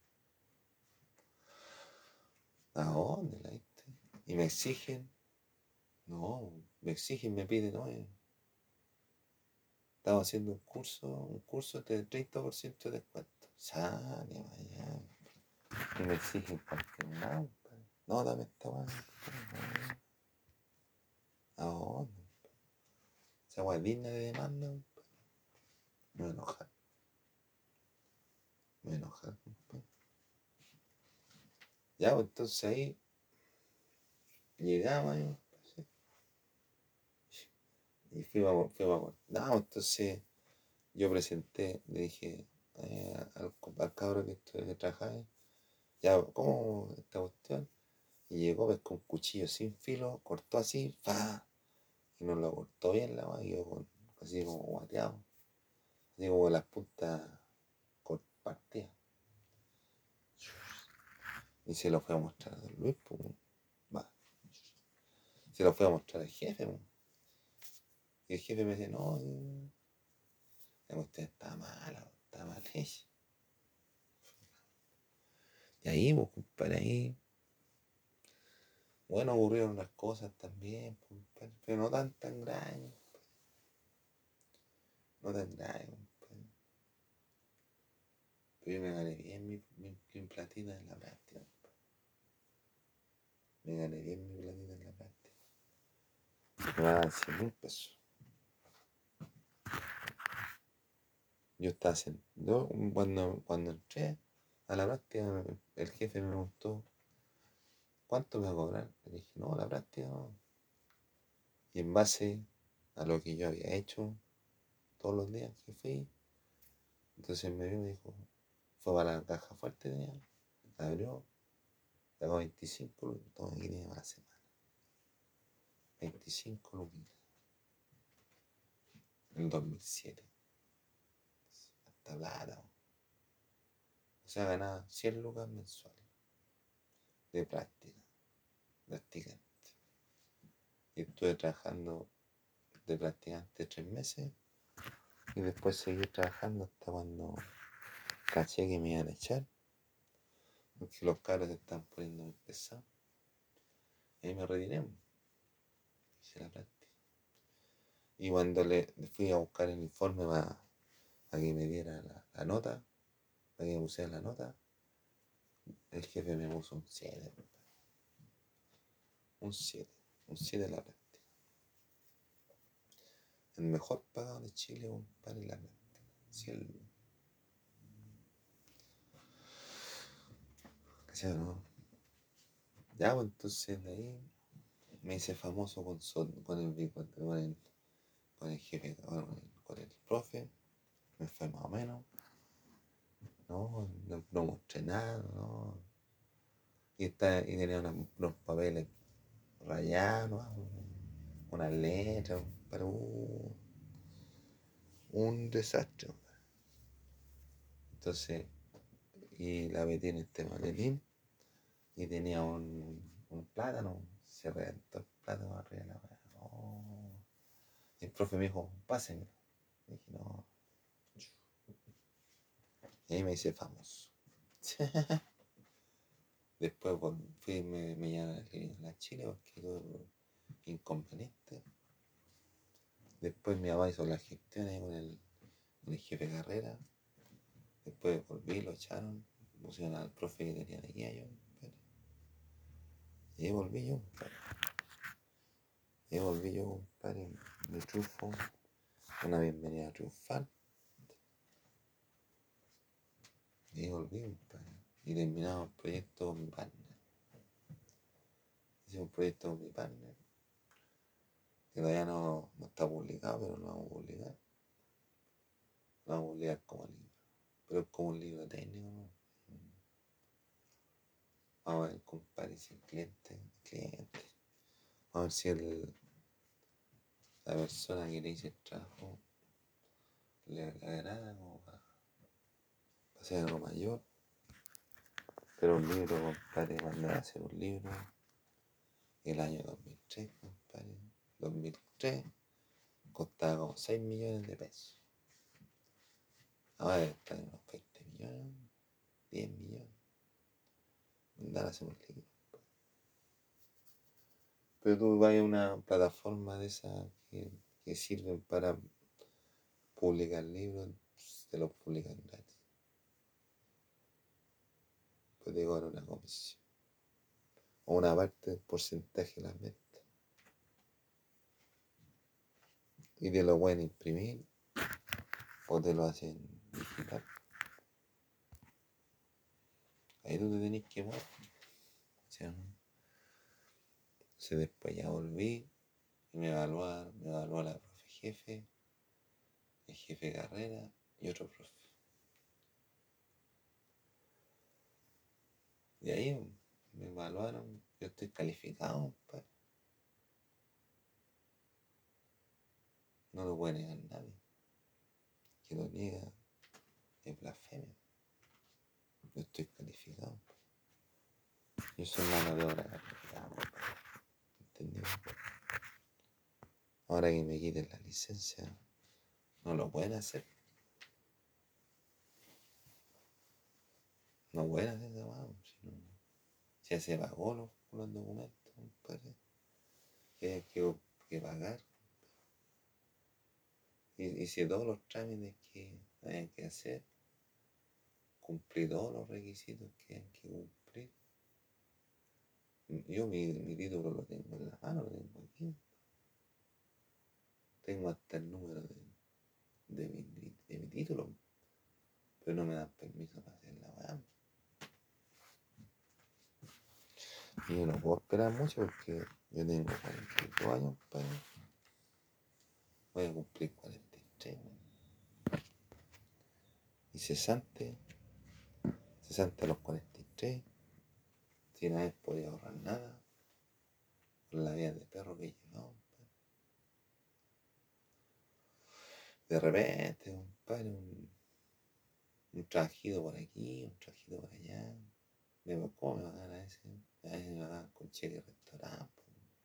A: ¿A dónde la viste? Y me exigen, no, me exigen, me piden, oye, estamos haciendo un curso, un curso de treinta por ciento de descuento. Sale, vaya. Y me exigen cualquier nada, compadre. No, dame esta weá. ¿A dónde? esa weá es digna de demanda, compadre. Me voy a enojar. Me voy a enojar, compadre. Ya, pues entonces ahí llegamos ahí, pues, y fuimos, a- fuimos a acordar. Entonces yo presenté, le dije eh, al, al cabro que, estoy, que trabajaba ahí, ya, ¿cómo esta cuestión? Y llegó, pescó un cuchillo sin filo, cortó así, fa, y nos lo cortó bien la weá, y yo con, así como guateado, así como las puntas cor- partidas. Y se lo fue a mostrar a don Luis, pues, va. Se lo fue a mostrar al jefe, pues. Y el jefe me dice, no, eh, la cuestión está mala, está mal hecha. Y ahí, pues, compadre, ahí, bueno, ocurrieron las cosas también, pues, compadre, pero no tan tan grandes, no tan grandes, compadre. Pero yo me gané bien mi, mi, mi platita en la práctica, compadre. Me gané bien mi platita en la práctica. Me daban cien mil pesos. Yo estaba haciendo, yo, cuando, cuando entré a la práctica, el jefe me preguntó, ¿cuánto me va a cobrar? Le dije, no, la práctica no. Y en base a lo que yo había hecho todos los días que fui, entonces me vio y me dijo, fue para la caja fuerte, tenía, la abrió, sacó veinticinco lucas, toma, aquí tiene para la semana. veinticinco lucas, en el dos mil siete. Hasta plata. O sea, ganaba cien lucas mensuales de práctica, practicante. Y estuve trabajando de practicante tres meses y después seguí trabajando hasta cuando caché que me iban a echar, porque los cabros se están poniendo muy pesados. Y ahí me retiré, hice la práctica. Y cuando le fui a buscar el informe para, para que me diera la, la nota, para que me pusiera la nota, el jefe me puso un siete, un siete, un siete en la práctica. El mejor pagado de Chile, compadre, en la práctica. Sí, el, ¿sí o no? Ya, pues entonces de ahí me hice famoso con, con, el, con, el, con el jefe, con el, con el profe, me fue más o menos. No, no, no mostré nada, no. Y, está, y tenía una, unos papeles rayados, unas letras, para uh, un desastre. Entonces, y la metí en este maletín y tenía un, un plátano, se reventó el plátano arriba de la mano. Oh. Y el profe me dijo, pásenmelo. Y dije, no. Y ahí me hice famoso. Después fui, me, me llamaron a la Chile porque tuve inconveniente. Después mi mamá hizo las gestiones con el, con el jefe de carrera. Después volví, lo echaron. Pusieron al profe que tenía de guía yo. Y ahí volví yo, compadre. Y ahí volví yo, compadre. Mi triunfo. Una bienvenida triunfal. Y ahí volví, compadre. Y terminamos el proyecto con mi partner. Hice un proyecto con mi partner. Que todavía no, no está publicado, pero lo vamos a publicar. Lo vamos a publicar como libro. Pero es como un libro técnico, ¿no? Vamos a ver, compadre, si el cliente, el cliente. Vamos a ver si el, la persona que le hice el trabajo le agrada como para, para hacer algo mayor. Pero un libro, compadre, mandar a hacer un libro el año dos mil tres, compadre. dos mil tres costaba como seis millones de pesos. Ahora está en unos veinte millones, diez millones. Mandar a hacer un libro. Pero tú vas a una plataforma de esas que, que sirven para publicar libros, te los publican gratis. Pues te cobran una comisión. O una parte del porcentaje de las ventas. y te lo pueden imprimir o te lo hacen digital. Ahí tú te tenés que mover. ¿Sí o no? Entonces después ya volví y me evaluaron, me evaluó la profe jefe, el jefe de carrera y otro profe. Y ahí me evaluaron, yo estoy calificado, compadre. No lo puede negar nadie. Que lo niega es blasfemia. Yo estoy calificado. Yo soy mano de obra calificada. ¿Entendido? Ahora que me quiten la licencia, no lo pueden hacer. No pueden hacer esa mano. Si, no, si ya se pagó los, los documentos, compadre. Que hay que, que pagar. Y, y si todos los trámites que hay que hacer, cumplir todos los requisitos que hay que cumplir. Yo mi, mi título lo tengo en la mano, lo tengo aquí. Tengo hasta el número de, de, mi, de mi título, pero no me dan permiso para hacer la weá. Y yo no puedo esperar mucho porque yo tengo cuarenta y dos años, padre. Voy a cumplir cuarenta y tres. Y cesante, cesante a los cuarenta y tres, sin haber podido ahorrar nada, con la vida de perro que he llevado. De repente, compadre, un, un trabajito por aquí, un trabajito por allá. Me, ¿Cómo me pagan a ese? A veces me pagan con cheque de restaurante.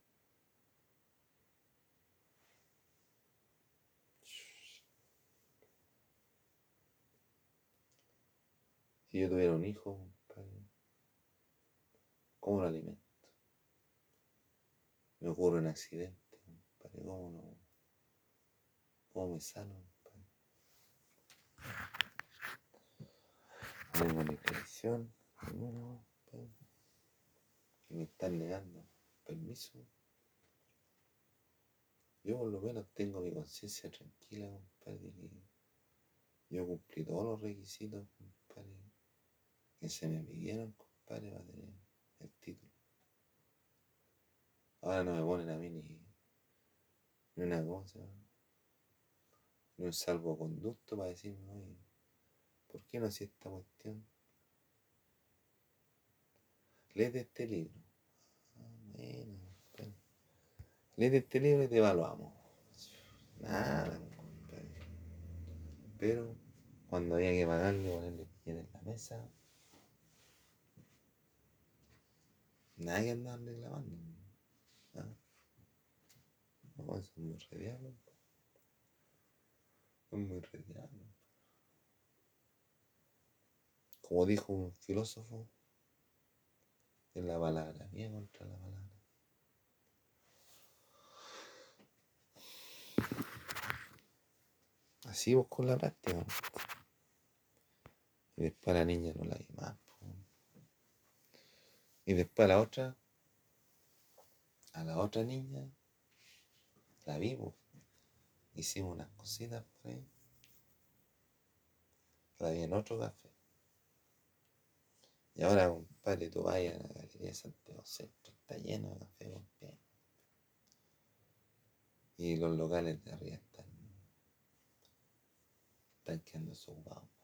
A: Si yo tuviera un hijo, compadre, ¿cómo lo alimento? Me ocurre un accidente, compadre, ¿cómo no? ¿Cómo me sano, compadre? No tengo ni televisión, ninguna, compadre. Y me están negando permiso. Yo por lo menos tengo mi conciencia tranquila, compadre, que yo cumplí todos los requisitos, compadre, que se me pidieron, compadre, para tener el título. Ahora no me ponen a mí ni, ni una cosa, ni un salvoconducto para decirme, oye, ¿por qué no hacía esta cuestión? Léete este libro. Ah, bueno, compadre. Léete este libro y te evaluamos. Nada, compadre. Pero cuando había que pagarle, ponerle billete en la mesa, nadie andaba reclamando. ¿Ah? No, eso es muy rediablo. Es muy rediablo. Como dijo un filósofo, es la palabra mía contra la palabra. Así vos con la práctica. Y después a la niña no la vi más. Po. Y después a la otra, a la otra niña, la vimos. Hicimos unas cositas por ahí. La vi en otro café. Y ahora, compadre, tú vayas a la Galería de Santiago Centro, está lleno de café con piedra. Y los locales de arriba están, están quedando desocupados.